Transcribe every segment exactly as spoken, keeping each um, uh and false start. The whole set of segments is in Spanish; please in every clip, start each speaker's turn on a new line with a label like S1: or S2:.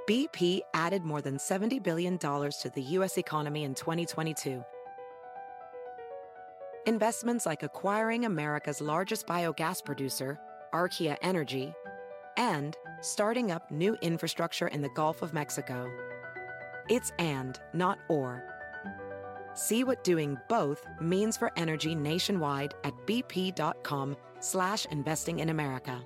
S1: B P added more than seventy billion dollars to the U S economy in twenty twenty-two. Investments like acquiring America's largest biogas producer, Archaea Energy, and starting up new infrastructure in the Gulf of Mexico. It's and, not or. See what doing both means for energy nationwide at bp.com slash investing in America.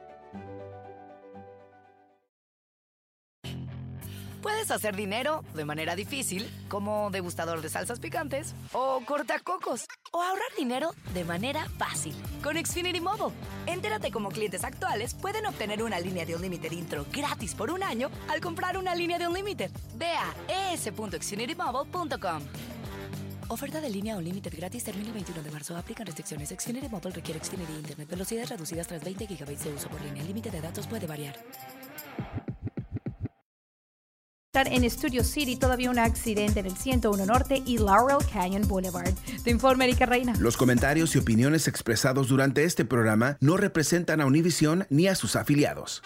S2: Puedes hacer dinero de manera difícil, como degustador de salsas picantes, o cortacocos, o ahorrar dinero de manera fácil con Xfinity Mobile. Entérate cómo clientes actuales pueden obtener una línea de Unlimited intro gratis por un año al comprar una línea de Unlimited. Ve a e s punto xfinity mobile punto com. Oferta de línea Unlimited gratis termina el veintiuno de marzo. Aplican restricciones. Xfinity Mobile requiere Xfinity Internet. Velocidades reducidas tras veinte gigabytes de uso por línea. El límite de datos puede variar.
S3: En Studio City, todavía un accidente en el ciento uno Norte y Laurel Canyon Boulevard. Te informa Erika Reina.
S4: Los comentarios y opiniones expresados durante este programa no representan a Univision ni a sus afiliados.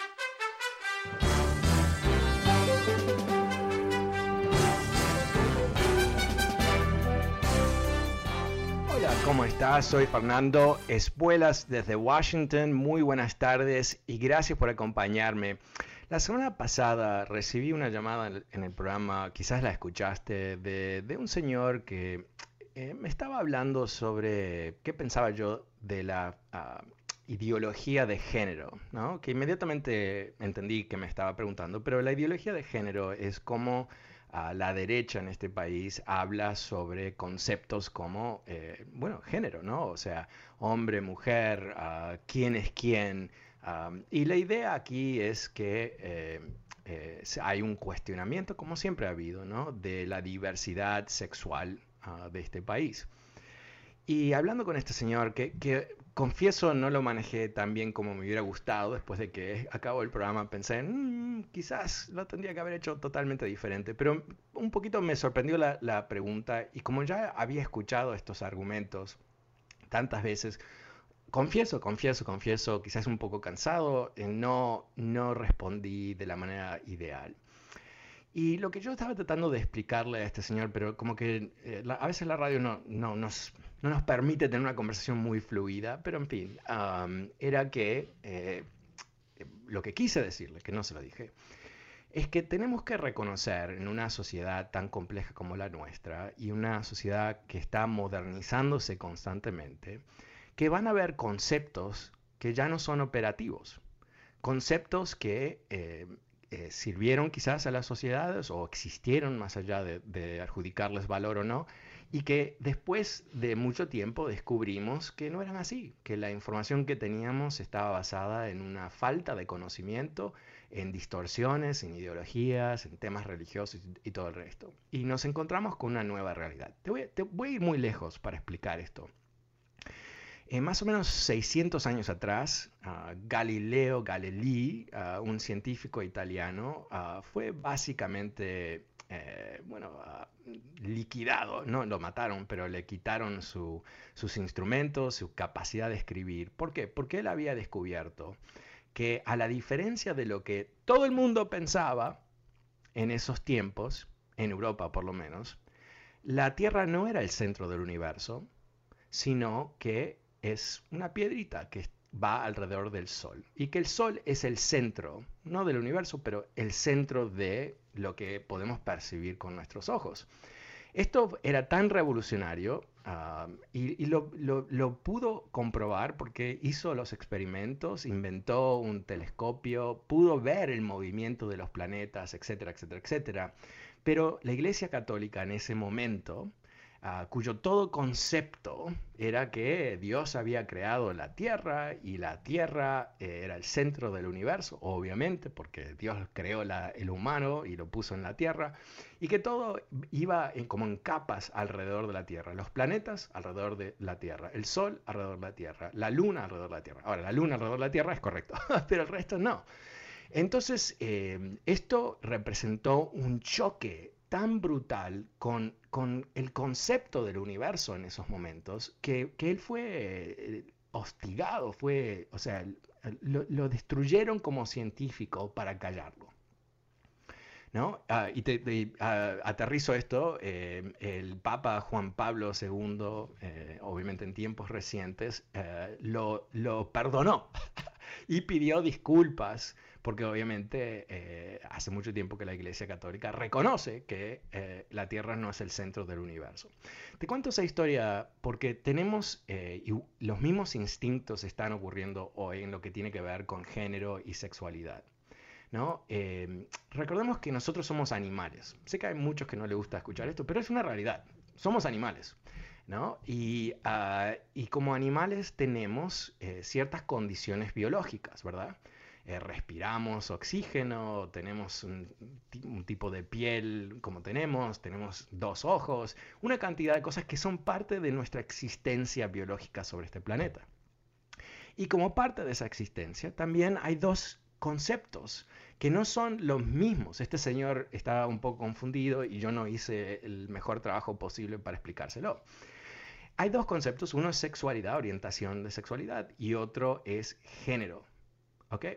S5: Hola, ¿cómo estás? Soy Fernando Espuelas desde Washington. Muy buenas tardes y gracias por acompañarme. La semana pasada recibí una llamada en el programa, quizás la escuchaste, de, de un señor que eh, me estaba hablando sobre qué pensaba yo de la uh, ideología de género, ¿no? Que inmediatamente entendí que me estaba preguntando, pero la ideología de género es cómo uh, la derecha en este país habla sobre conceptos como, eh, bueno, género, ¿no? O sea, hombre, mujer, uh, quién es quién. Um, y la idea aquí es que eh, eh, hay un cuestionamiento, como siempre ha habido, ¿no? De la diversidad sexual uh, de este país. Y hablando con este señor, que, que confieso no lo manejé tan bien como me hubiera gustado, después de que acabó el programa pensé, mmm, quizás lo tendría que haber hecho totalmente diferente, pero un poquito me sorprendió la, la pregunta, y como ya había escuchado estos argumentos tantas veces, Confieso, confieso, confieso, quizás un poco cansado, eh, no, no respondí de la manera ideal. Y lo que yo estaba tratando de explicarle a este señor, pero como que eh, la, a veces la radio no, no, nos, no nos permite tener una conversación muy fluida, pero en fin, um, era que eh, lo que quise decirle, que no se lo dije, es que tenemos que reconocer en una sociedad tan compleja como la nuestra y una sociedad que está modernizándose constantemente, que van a haber conceptos que ya no son operativos, conceptos que eh, eh, sirvieron quizás a las sociedades o existieron más allá de, de adjudicarles valor o no, y que después de mucho tiempo descubrimos que no eran así, que la información que teníamos estaba basada en una falta de conocimiento, en distorsiones, en ideologías, en temas religiosos y, y todo el resto. Y nos encontramos con una nueva realidad. Te voy, te voy a ir muy lejos para explicar esto. Eh, más o menos seiscientos años atrás, uh, Galileo Galilei, uh, un científico italiano, uh, fue básicamente, eh, bueno, uh, liquidado. No lo mataron, pero le quitaron su, sus instrumentos, su capacidad de escribir. ¿Por qué? Porque él había descubierto que, a la diferencia de lo que todo el mundo pensaba en esos tiempos, en Europa por lo menos, la Tierra no era el centro del universo, sino que es una piedrita que va alrededor del Sol. Y que el Sol es el centro, no del universo, pero el centro de lo que podemos percibir con nuestros ojos. Esto era tan revolucionario uh, y, y lo, lo, lo pudo comprobar porque hizo los experimentos, inventó un telescopio, pudo ver el movimiento de los planetas, etcétera, etcétera, etcétera. Pero la Iglesia Católica en ese momento, Uh, cuyo todo concepto era que Dios había creado la Tierra y la Tierra eh, era el centro del universo, obviamente, porque Dios creó la, el humano y lo puso en la Tierra, y que todo iba en, como en capas alrededor de la Tierra, los planetas alrededor de la Tierra, el Sol alrededor de la Tierra, la Luna alrededor de la Tierra. Ahora, la Luna alrededor de la Tierra es correcto, pero el resto no. Entonces, eh, esto representó un choque tan brutal con, con el concepto del universo en esos momentos que, que él fue eh, hostigado, fue, o sea, lo, lo destruyeron como científico para callarlo. ¿no? Uh, y te, te uh, aterrizo esto, eh, el Papa Juan Pablo segundo, eh, obviamente en tiempos recientes, eh, lo, lo perdonó y pidió disculpas, porque obviamente eh, hace mucho tiempo que la Iglesia Católica reconoce que eh, la Tierra no es el centro del universo. Te cuento esa historia porque tenemos, eh, y los mismos instintos están ocurriendo hoy en lo que tiene que ver con género y sexualidad, ¿no? Eh, recordemos que nosotros somos animales. Sé que hay muchos que no les gusta escuchar esto, pero es una realidad. Somos animales, ¿no? Y, uh, y como animales tenemos eh, ciertas condiciones biológicas, ¿verdad? Eh, respiramos oxígeno, tenemos un, un tipo de piel como tenemos, tenemos dos ojos, una cantidad de cosas que son parte de nuestra existencia biológica sobre este planeta. Y como parte de esa existencia también hay dos conceptos que no son los mismos. Este señor estaba un poco confundido y yo no hice el mejor trabajo posible para explicárselo. Hay dos conceptos, uno es sexualidad, orientación de sexualidad, y otro es género. ¿Ok?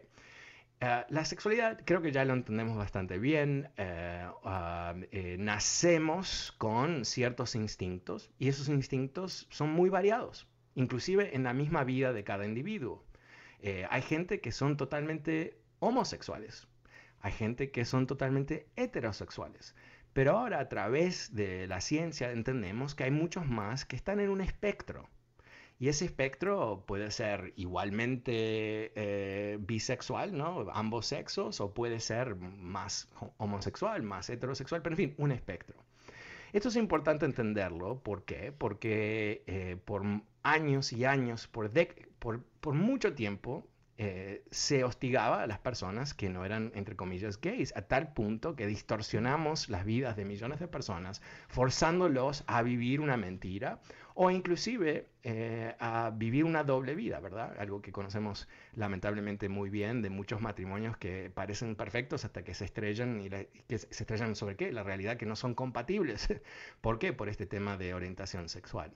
S5: Uh, la sexualidad creo que ya lo entendemos bastante bien. Uh, uh, eh, nacemos con ciertos instintos y esos instintos son muy variados, inclusive en la misma vida de cada individuo. Eh, hay gente que son totalmente homosexuales, hay gente que son totalmente heterosexuales, pero ahora a través de la ciencia entendemos que hay muchos más que están en un espectro. Y ese espectro puede ser igualmente eh, bisexual, ¿no? Ambos sexos, o puede ser más homosexual, más heterosexual, pero en fin, un espectro. Esto es importante entenderlo. ¿Por qué? Porque eh, por años y años, por, por, por mucho tiempo, eh, se hostigaba a las personas que no eran, entre comillas, gays, a tal punto que distorsionamos las vidas de millones de personas, forzándolos a vivir una mentira, o inclusive eh, a vivir una doble vida, ¿verdad? Algo que conocemos lamentablemente muy bien de muchos matrimonios que parecen perfectos hasta que se estrellan, y la, que se estrellan sobre qué, la realidad que no son compatibles. ¿Por qué? Por este tema de orientación sexual.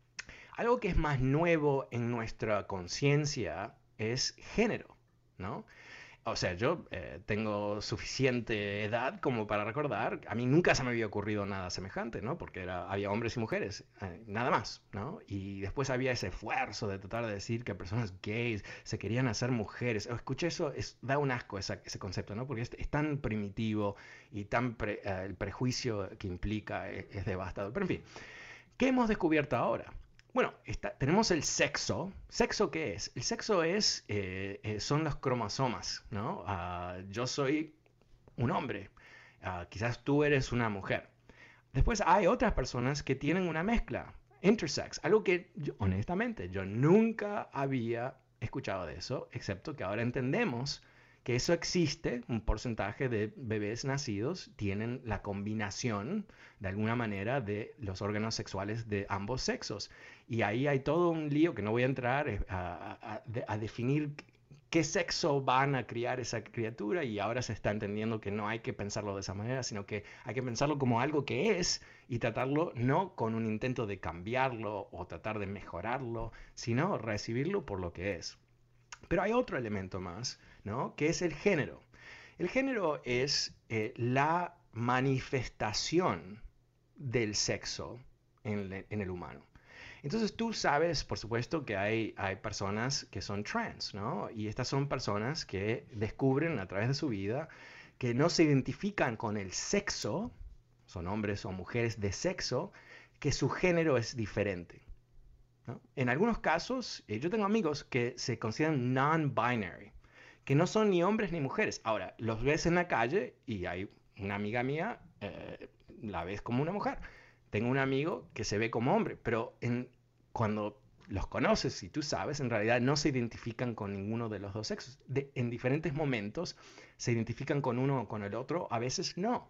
S5: Algo que es más nuevo en nuestra conciencia es género, ¿no? O sea, yo eh, tengo suficiente edad como para recordar, a mí nunca se me había ocurrido nada semejante, ¿no? Porque era, había hombres y mujeres, eh, nada más, ¿no? Y después había ese esfuerzo de tratar de decir que personas gays se querían hacer mujeres. Escuché eso, es, da un asco esa, ese concepto, ¿no? Porque es, es tan primitivo y tan pre, eh, el prejuicio que implica es, es devastador. Pero en fin, ¿qué hemos descubierto ahora? Bueno, está, tenemos el sexo. ¿Sexo qué es? El sexo es, eh, eh, son los cromosomas, ¿no? Uh, yo soy un hombre, uh, quizás tú eres una mujer. Después hay otras personas que tienen una mezcla, intersex, algo que yo, honestamente yo nunca había escuchado de eso, excepto que ahora entendemos que eso existe. Un porcentaje de bebés nacidos tienen la combinación, de alguna manera, de los órganos sexuales de ambos sexos. Y ahí hay todo un lío que no voy a entrar a, a, a definir qué sexo van a criar esa criatura, y ahora se está entendiendo que no hay que pensarlo de esa manera, sino que hay que pensarlo como algo que es y tratarlo no con un intento de cambiarlo o tratar de mejorarlo, sino recibirlo por lo que es. Pero hay otro elemento más, ¿no? Que es el género. El género es eh, la manifestación del sexo en, le, en el humano. Entonces tú sabes, por supuesto, que hay, hay personas que son trans, ¿no? Y estas son personas que descubren a través de su vida que no se identifican con el sexo, son hombres o mujeres de sexo, que su género es diferente, ¿no? En algunos casos, eh, yo tengo amigos que se consideran non-binary, que no son ni hombres ni mujeres. Ahora, los ves en la calle y hay una amiga mía, eh, la ves como una mujer. Tengo un amigo que se ve como hombre, pero en, cuando los conoces y tú sabes, en realidad no se identifican con ninguno de los dos sexos. De, en diferentes momentos se identifican con uno o con el otro, a veces no.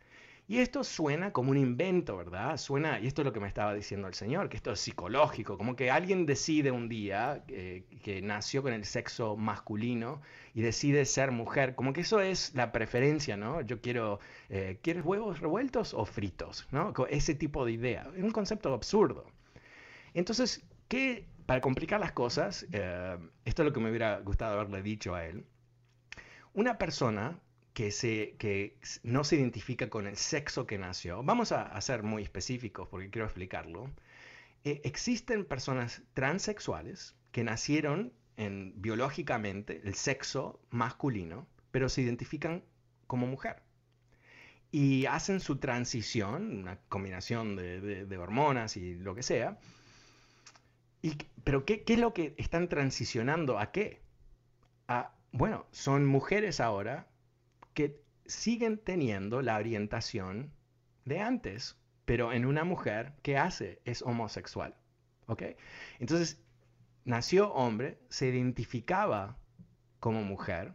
S5: Y esto suena como un invento, ¿verdad? Suena, y esto es lo que me estaba diciendo el señor, que esto es psicológico, como que alguien decide un día eh, que nació con el sexo masculino y decide ser mujer, como que eso es la preferencia, ¿no? Yo quiero, eh, ¿quieres huevos revueltos o fritos? ¿No? Ese tipo de idea, es un concepto absurdo. Entonces, ¿qué, para complicar las cosas, eh, esto es lo que me hubiera gustado haberle dicho a él, una persona que, se, que no se identifica con el sexo que nació. Vamos a, a ser muy específicos porque quiero explicarlo. Eh, existen personas transexuales que nacieron en, biológicamente el sexo masculino, pero se identifican como mujer. Y hacen su transición, una combinación de, de, de hormonas y lo que sea. Y, pero ¿qué, ¿qué es lo que están transicionando a qué? A, bueno, son mujeres ahora que siguen teniendo la orientación de antes, pero en una mujer que hace, es homosexual. ¿Ok? Entonces, nació hombre, se identificaba como mujer,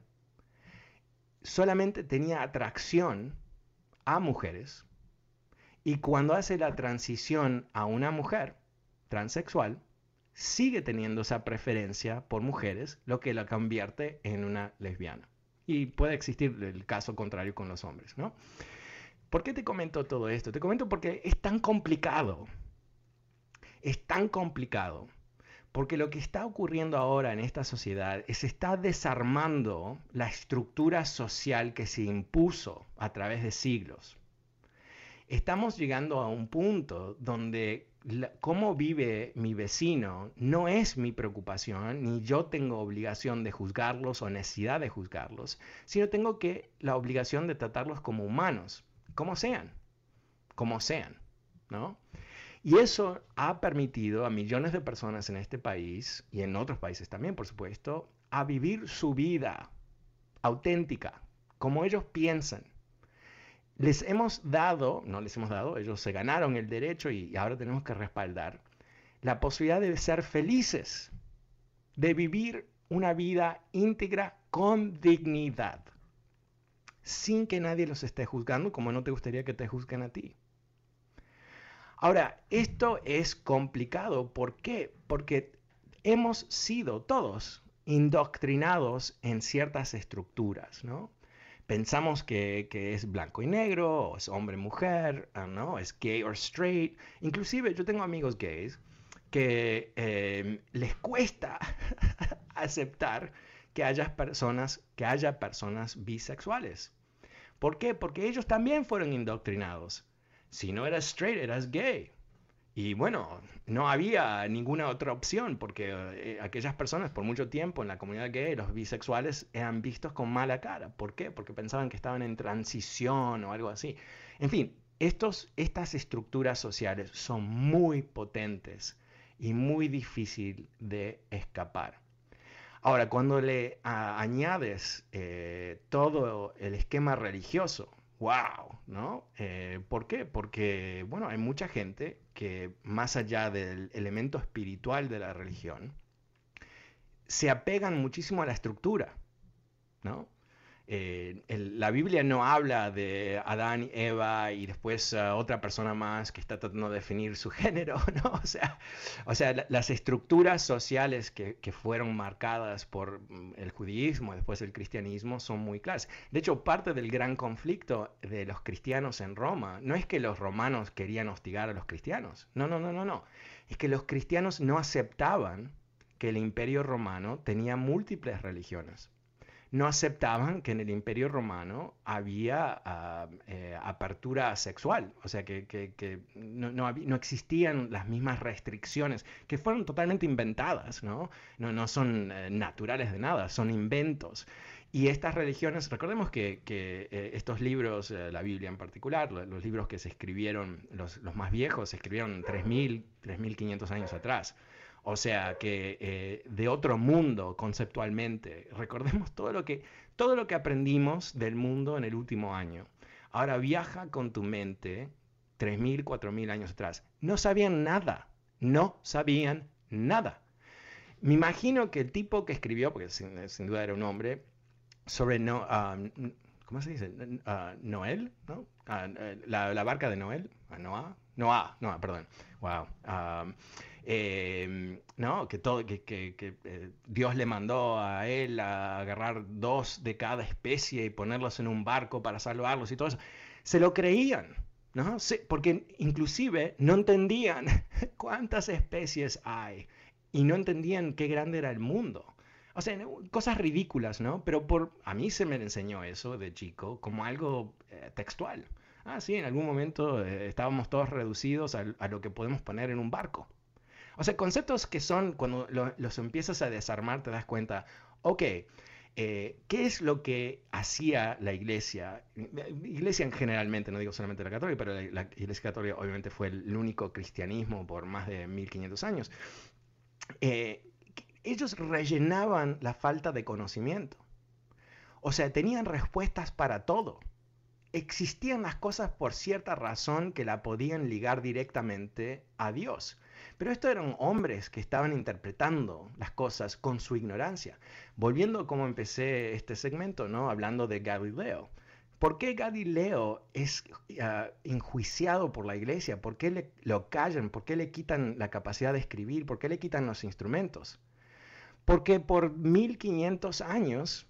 S5: solamente tenía atracción a mujeres, y cuando hace la transición a una mujer transexual, sigue teniendo esa preferencia por mujeres, lo que la convierte en una lesbiana. Y puede existir el caso contrario con los hombres, ¿no? ¿Por qué te comento todo esto? Te comento porque es tan complicado. Es tan complicado. Porque lo que está ocurriendo ahora en esta sociedad es que se está desarmando la estructura social que se impuso a través de siglos. Estamos llegando a un punto donde la, cómo vive mi vecino no es mi preocupación, ni yo tengo obligación de juzgarlos o necesidad de juzgarlos, sino tengo que, la obligación de tratarlos como humanos, como sean, como sean, ¿no? Y eso ha permitido a millones de personas en este país, y en otros países también, por supuesto, a vivir su vida auténtica, como ellos piensan. Les hemos dado, no les hemos dado, ellos se ganaron el derecho y ahora tenemos que respaldar la posibilidad de ser felices, de vivir una vida íntegra con dignidad, sin que nadie los esté juzgando como no te gustaría que te juzguen a ti. Ahora, esto es complicado. ¿Por qué? Porque hemos sido todos indoctrinados en ciertas estructuras, ¿no? Pensamos que, que es blanco y negro, o es hombre y mujer, ¿no? Es gay o straight. Inclusive yo tengo amigos gays que eh, les cuesta aceptar que haya personas, que haya personas bisexuales. ¿Por qué? Porque ellos también fueron indoctrinados. Si no eras straight, eras gay. Y bueno, no había ninguna otra opción porque eh, aquellas personas por mucho tiempo en la comunidad gay, los bisexuales, eran vistos con mala cara. ¿Por qué? Porque pensaban que estaban en transición o algo así. En fin, estos, estas estructuras sociales son muy potentes y muy difícil de escapar. Ahora, cuando le a, añades eh, todo el esquema religioso, ¡wow! ¿No? Eh, ¿Por qué? Porque, bueno, hay mucha gente que, más allá del elemento espiritual de la religión, se apegan muchísimo a la estructura, ¿no? Eh, el, la Biblia no habla de Adán y Eva y después uh, otra persona más que está tratando de definir su género, ¿no? O sea, o sea la, las estructuras sociales que, que fueron marcadas por el judaísmo y después el cristianismo son muy claras. De hecho, parte del gran conflicto de los cristianos en Roma no es que los romanos querían hostigar a los cristianos. No, no, no, no, no. Es que los cristianos no aceptaban que el imperio romano tenía múltiples religiones. No aceptaban que en el Imperio Romano había uh, eh, apertura sexual, o sea, que, que, que no, no, había, no existían las mismas restricciones, que fueron totalmente inventadas, ¿no? No, no son eh, naturales de nada, son inventos. Y estas religiones, recordemos que, que eh, estos libros, eh, la Biblia en particular, los, los libros que se escribieron, los, los más viejos, se escribieron tres mil, tres mil quinientos años atrás. O sea que eh, de otro mundo conceptualmente. Recordemos todo lo que, todo lo que aprendimos del mundo en el último año. Ahora viaja con tu mente tres mil, cuatro mil años atrás. No sabían nada. No sabían nada. Me imagino que el tipo que escribió, porque sin, sin duda era un hombre, sobre no, uh, ¿cómo se dice? Uh, Noel, ¿no? Uh, la, la barca de Noel, uh, Noah, Noah, Noah, perdón. Wow. Uh, Eh, no, que, todo, que, que, que eh, Dios le mandó a él a agarrar dos de cada especie y ponerlos en un barco para salvarlos y todo eso. Se lo creían, ¿no? Sí, porque inclusive no entendían cuántas especies hay y no entendían qué grande era el mundo. O sea, cosas ridículas, ¿no? Pero por, a mí se me enseñó eso de chico como algo eh, textual. Ah, sí, en algún momento eh, estábamos todos reducidos a, a lo que podemos poner en un barco. O sea, conceptos que son, cuando lo, los empiezas a desarmar, te das cuenta, ok, eh, ¿qué es lo que hacía la iglesia? Iglesia en generalmente, no digo solamente la católica, pero la, la iglesia católica obviamente fue el único cristianismo por más de mil quinientos años. Eh, ellos rellenaban la falta de conocimiento. O sea, tenían respuestas para todo. Existían las cosas por cierta razón que la podían ligar directamente a Dios. Pero estos eran hombres que estaban interpretando las cosas con su ignorancia. Volviendo a cómo empecé este segmento, ¿no? Hablando de Galileo. ¿Por qué Galileo es uh, enjuiciado por la iglesia? ¿Por qué le, lo callan? ¿Por qué le quitan la capacidad de escribir? ¿Por qué le quitan los instrumentos? Porque por mil quinientos años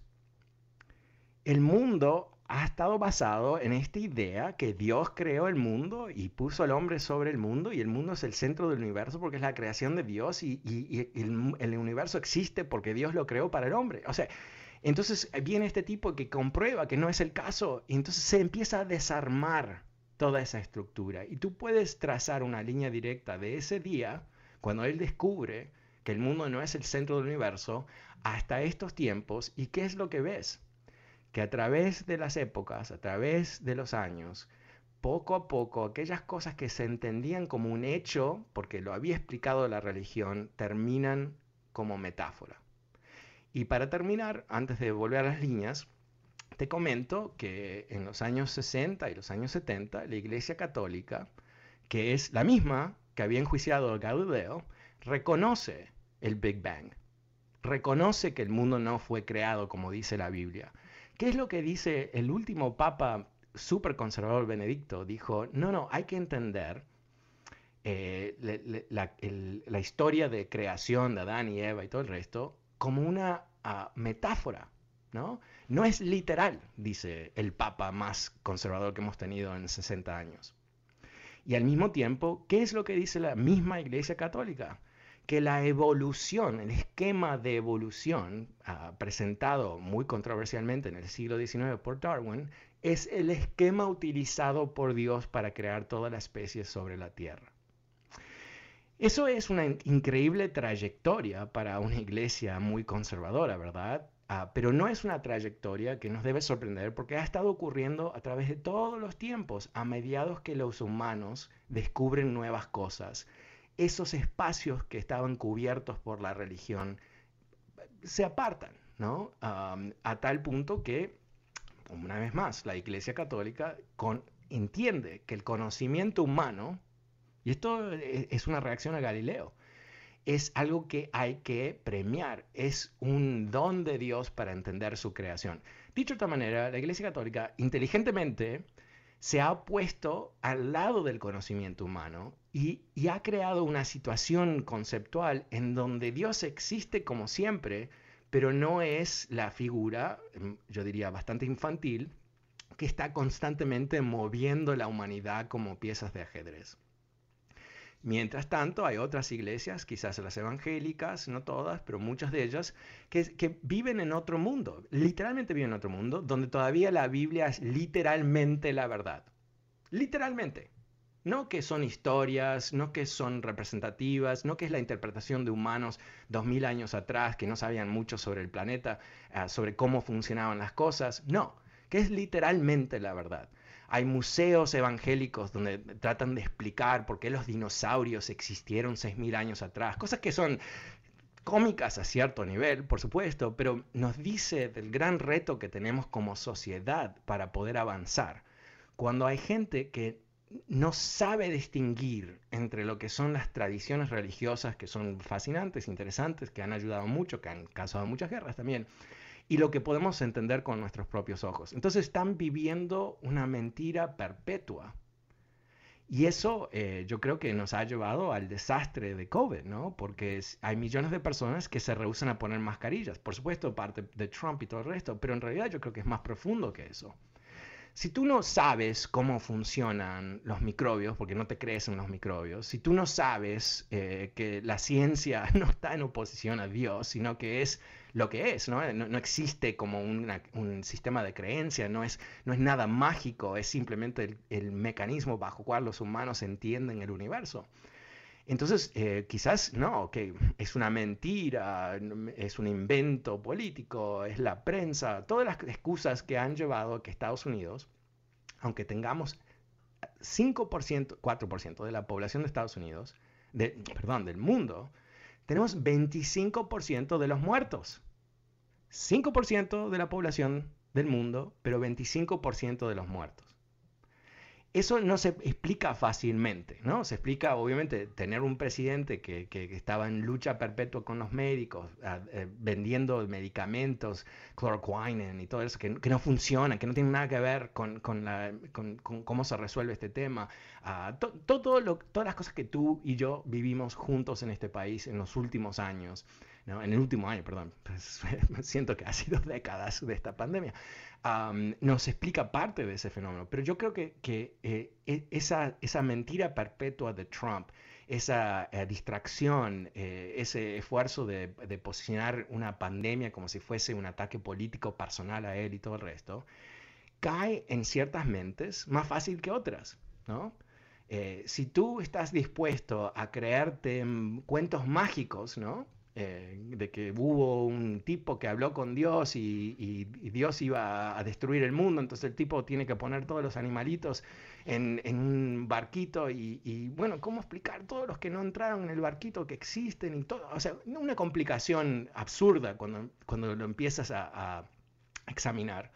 S5: el mundo ha estado basado en esta idea que Dios creó el mundo y puso al hombre sobre el mundo, y el mundo es el centro del universo porque es la creación de Dios, y, y, y el, el universo existe porque Dios lo creó para el hombre. O sea, entonces viene este tipo que comprueba que no es el caso, y entonces se empieza a desarmar toda esa estructura. Y tú puedes trazar una línea directa de ese día, cuando él descubre que el mundo no es el centro del universo, hasta estos tiempos. ¿Y qué es lo que ves? Que a través de las épocas, a través de los años, poco a poco, aquellas cosas que se entendían como un hecho, porque lo había explicado la religión, terminan como metáfora. Y para terminar, antes de volver a las líneas, te comento que en los años sesenta y los años setenta, la Iglesia Católica, que es la misma que había enjuiciado a Galileo, reconoce el Big Bang. Reconoce que el mundo no fue creado como dice la Biblia. ¿Qué es lo que dice el último papa súper conservador, Benedicto? Dijo, no, no, hay que entender eh, la, la, el, la historia de creación de Adán y Eva y todo el resto como una uh, metáfora, ¿no? No es literal, dice el papa más conservador que hemos tenido en sesenta años. Y al mismo tiempo, ¿qué es lo que dice la misma Iglesia Católica? Que la evolución, el esquema de evolución uh, presentado muy controversialmente en el siglo diecinueve por Darwin, es el esquema utilizado por Dios para crear toda la especie sobre la Tierra. Eso es una in- increíble trayectoria para una iglesia muy conservadora, ¿verdad? Uh, pero no es una trayectoria que nos debe sorprender porque ha estado ocurriendo a través de todos los tiempos, a mediados que los humanos descubren nuevas cosas. Esos espacios que estaban cubiertos por la religión se apartan, ¿no? Um, a tal punto que, una vez más, la Iglesia Católica con, entiende que el conocimiento humano, y esto es una reacción a Galileo, es algo que hay que premiar, es un don de Dios para entender su creación. Dicho de otra manera, la Iglesia Católica inteligentemente se ha puesto al lado del conocimiento humano y, y ha creado una situación conceptual en donde Dios existe como siempre, pero no es la figura, yo diría bastante infantil, que está constantemente moviendo la humanidad como piezas de ajedrez. Mientras tanto, hay otras iglesias, quizás las evangélicas, no todas, pero muchas de ellas, que, que viven en otro mundo, literalmente viven en otro mundo, donde todavía la Biblia es literalmente la verdad. Literalmente. No que son historias, no que son representativas, no que es la interpretación de humanos dos mil años atrás que no sabían mucho sobre el planeta, uh, sobre cómo funcionaban las cosas. No, que es literalmente la verdad. Hay museos evangélicos donde tratan de explicar por qué los dinosaurios existieron seis mil años atrás. Cosas que son cómicas a cierto nivel, por supuesto, pero nos dice del gran reto que tenemos como sociedad para poder avanzar. Cuando hay gente que no sabe distinguir entre lo que son las tradiciones religiosas, que son fascinantes, interesantes, que han ayudado mucho, que han causado muchas guerras también, y lo que podemos entender con nuestros propios ojos. Entonces están viviendo una mentira perpetua. Y eso eh, yo creo que nos ha llevado al desastre de COVID, ¿no? Porque es, hay millones de personas que se rehúsan a poner mascarillas. Por supuesto, parte de Trump y todo el resto, pero en realidad yo creo que es más profundo que eso. Si tú no sabes cómo funcionan los microbios, porque no te crees en los microbios, si tú no sabes eh, que la ciencia no está en oposición a Dios, sino que es lo que es, ¿no? No, no existe como una, un sistema de creencia, no es, no es nada mágico, es simplemente el, el mecanismo bajo el cual los humanos entienden el universo. Entonces, eh, quizás no, que es una mentira, es un invento político, es la prensa, todas las excusas que han llevado a que Estados Unidos, aunque tengamos cinco por ciento, cuatro por ciento de la población de Estados Unidos, de, perdón, del mundo, tenemos veinticinco por ciento de los muertos. cinco por ciento de la población del mundo, pero veinticinco por ciento de los muertos. Eso no se explica fácilmente, ¿no? Se explica, obviamente, tener un presidente que, que, que estaba en lucha perpetua con los médicos, uh, eh, vendiendo medicamentos, chloroquine y todo eso, que, que no funciona, que no tiene nada que ver con, con, la, con, con cómo se resuelve este tema. Uh, to, to, todo lo, todas las cosas que tú y yo vivimos juntos en este país en los últimos años, ¿no? En el último año, perdón, pues, siento que ha sido décadas de esta pandemia. Um, nos explica parte de ese fenómeno, pero yo creo que, que eh, esa, esa mentira perpetua de Trump, esa eh, distracción, eh, ese esfuerzo de, de posicionar una pandemia como si fuese un ataque político personal a él y todo el resto, cae en ciertas mentes más fácil que otras, ¿no? Eh, si tú estás dispuesto a creerte cuentos mágicos, ¿no? Eh, de que hubo un tipo que habló con Dios y, y, y Dios iba a destruir el mundo, entonces el tipo tiene que poner todos los animalitos en, en un barquito y, y bueno, ¿cómo explicar todos los que no entraron en el barquito que existen y todo? O sea, una complicación absurda cuando, cuando lo empiezas a, a examinar.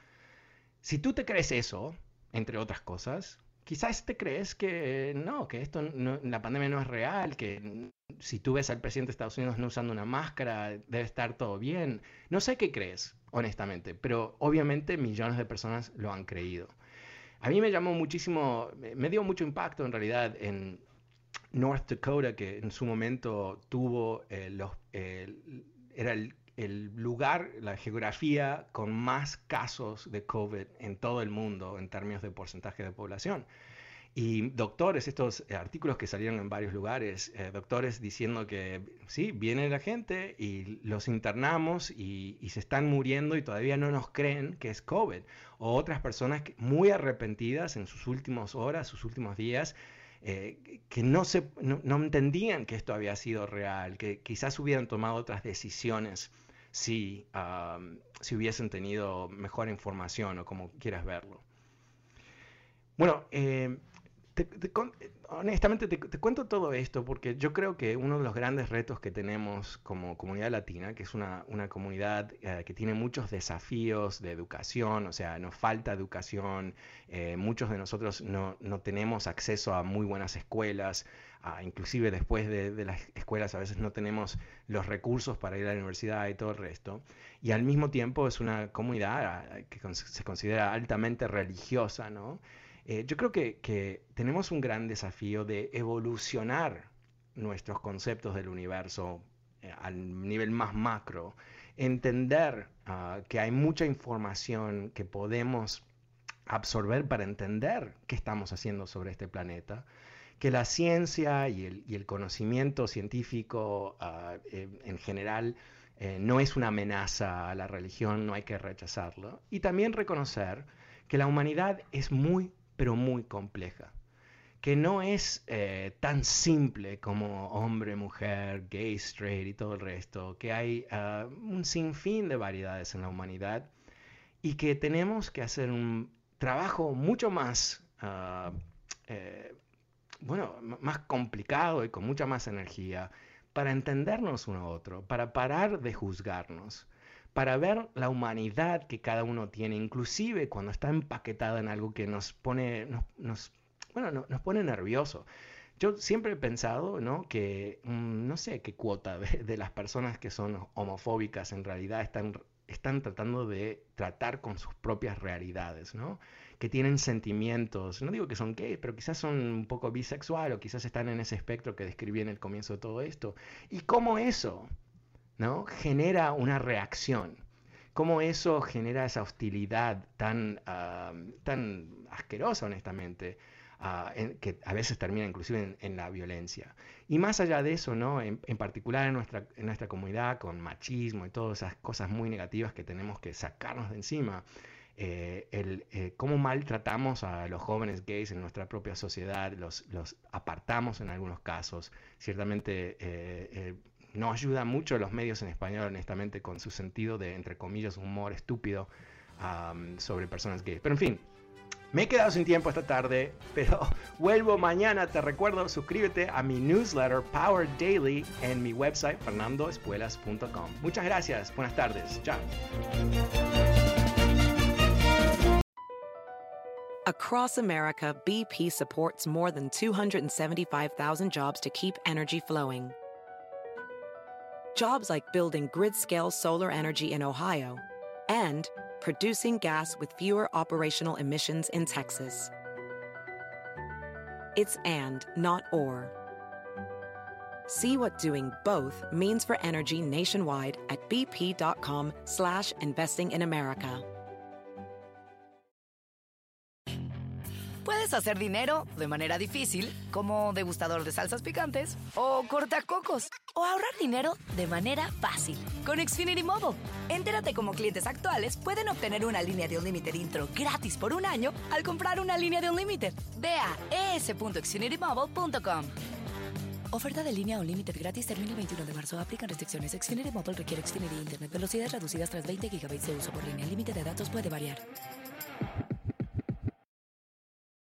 S5: Si tú te crees eso, entre otras cosas, quizás te crees que no, que esto no, la pandemia no es real, que si tú ves al presidente de Estados Unidos no usando una máscara, debe estar todo bien. No sé qué crees, honestamente, pero obviamente millones de personas lo han creído. A mí me llamó muchísimo, me dio mucho impacto en realidad en North Dakota, que en su momento tuvo, eh, los, eh, era el, el lugar, la geografía con más casos de COVID en todo el mundo en términos de porcentaje de población. Y doctores, estos artículos que salieron en varios lugares, eh, doctores diciendo que sí, viene la gente y los internamos y, y se están muriendo y todavía no nos creen que es COVID. O otras personas que, muy arrepentidas en sus últimas horas, sus últimos días, eh, que no, se, no, no entendían que esto había sido real, que quizás hubieran tomado otras decisiones si, um, si hubiesen tenido mejor información o como quieras verlo. Bueno, eh, Te, te, honestamente te, te cuento todo esto porque yo creo que uno de los grandes retos que tenemos como comunidad latina, que es una, una comunidad eh, que tiene muchos desafíos de educación, o sea, nos falta educación, eh, muchos de nosotros no, no tenemos acceso a muy buenas escuelas, uh, inclusive después de, de las escuelas a veces no tenemos los recursos para ir a la universidad y todo el resto, y al mismo tiempo es una comunidad uh, que con, se considera altamente religiosa, ¿no? Eh, yo creo que, que tenemos un gran desafío de evolucionar nuestros conceptos del universo eh, al nivel más macro, entender uh, que hay mucha información que podemos absorber para entender qué estamos haciendo sobre este planeta, que la ciencia y el, y el conocimiento científico uh, eh, en general eh, no es una amenaza a la religión, no hay que rechazarlo, y también reconocer que la humanidad es muy pero muy compleja, que no es eh, tan simple como hombre, mujer, gay, straight y todo el resto, que hay uh, un sinfín de variedades en la humanidad y que tenemos que hacer un trabajo mucho más, uh, eh, bueno, más complicado y con mucha más energía para entendernos uno a otro, para parar de juzgarnos, para ver la humanidad que cada uno tiene, inclusive cuando está empaquetada en algo que nos pone, nos, nos, bueno, no, nos pone nervioso. Yo siempre he pensado, ¿no? que, mmm, no sé qué cuota de, de las personas que son homofóbicas en realidad están, están tratando de tratar con sus propias realidades, ¿no? Que tienen sentimientos, no digo que son gays, pero quizás son un poco bisexual o quizás están en ese espectro que describí en el comienzo de todo esto. Y cómo eso, ¿no? genera una reacción, cómo eso genera esa hostilidad tan, uh, tan asquerosa, honestamente, uh, en, que a veces termina inclusive en, en la violencia. Y más allá de eso, ¿no? en, en particular en nuestra, en nuestra comunidad, con machismo y todas esas cosas muy negativas que tenemos que sacarnos de encima, eh, el, eh, cómo maltratamos a los jóvenes gays en nuestra propia sociedad, los, los apartamos en algunos casos, ciertamente... Eh, eh, No ayuda mucho a los medios en español, honestamente, con su sentido de, entre comillas, humor estúpido um, sobre personas gays. Pero en fin, me he quedado sin tiempo esta tarde, pero vuelvo mañana. Te recuerdo, suscríbete a mi newsletter Power Daily en mi website fernando espuelas punto com. Muchas gracias, buenas tardes, chao.
S1: Across America, B P supports more than two hundred seventy-five thousand jobs to keep energy flowing. Jobs like building grid-scale solar energy in Ohio and producing gas with fewer operational emissions in Texas. It's and, not or. See what doing both means for energy nationwide at bp.com slash investing in America.
S2: Puedes hacer dinero de manera difícil, como degustador de salsas picantes, o cortacocos, o ahorrar dinero de manera fácil con Xfinity Mobile. Entérate cómo clientes actuales pueden obtener una línea de Unlimited intro gratis por un año al comprar una línea de Unlimited. Ve a e s punto xfinity mobile punto com. Oferta de línea Unlimited gratis termina el veintiuno de marzo. Aplican restricciones. Xfinity Mobile requiere Xfinity Internet. Velocidades reducidas tras veinte gigabytes de uso por línea. El límite de datos puede variar.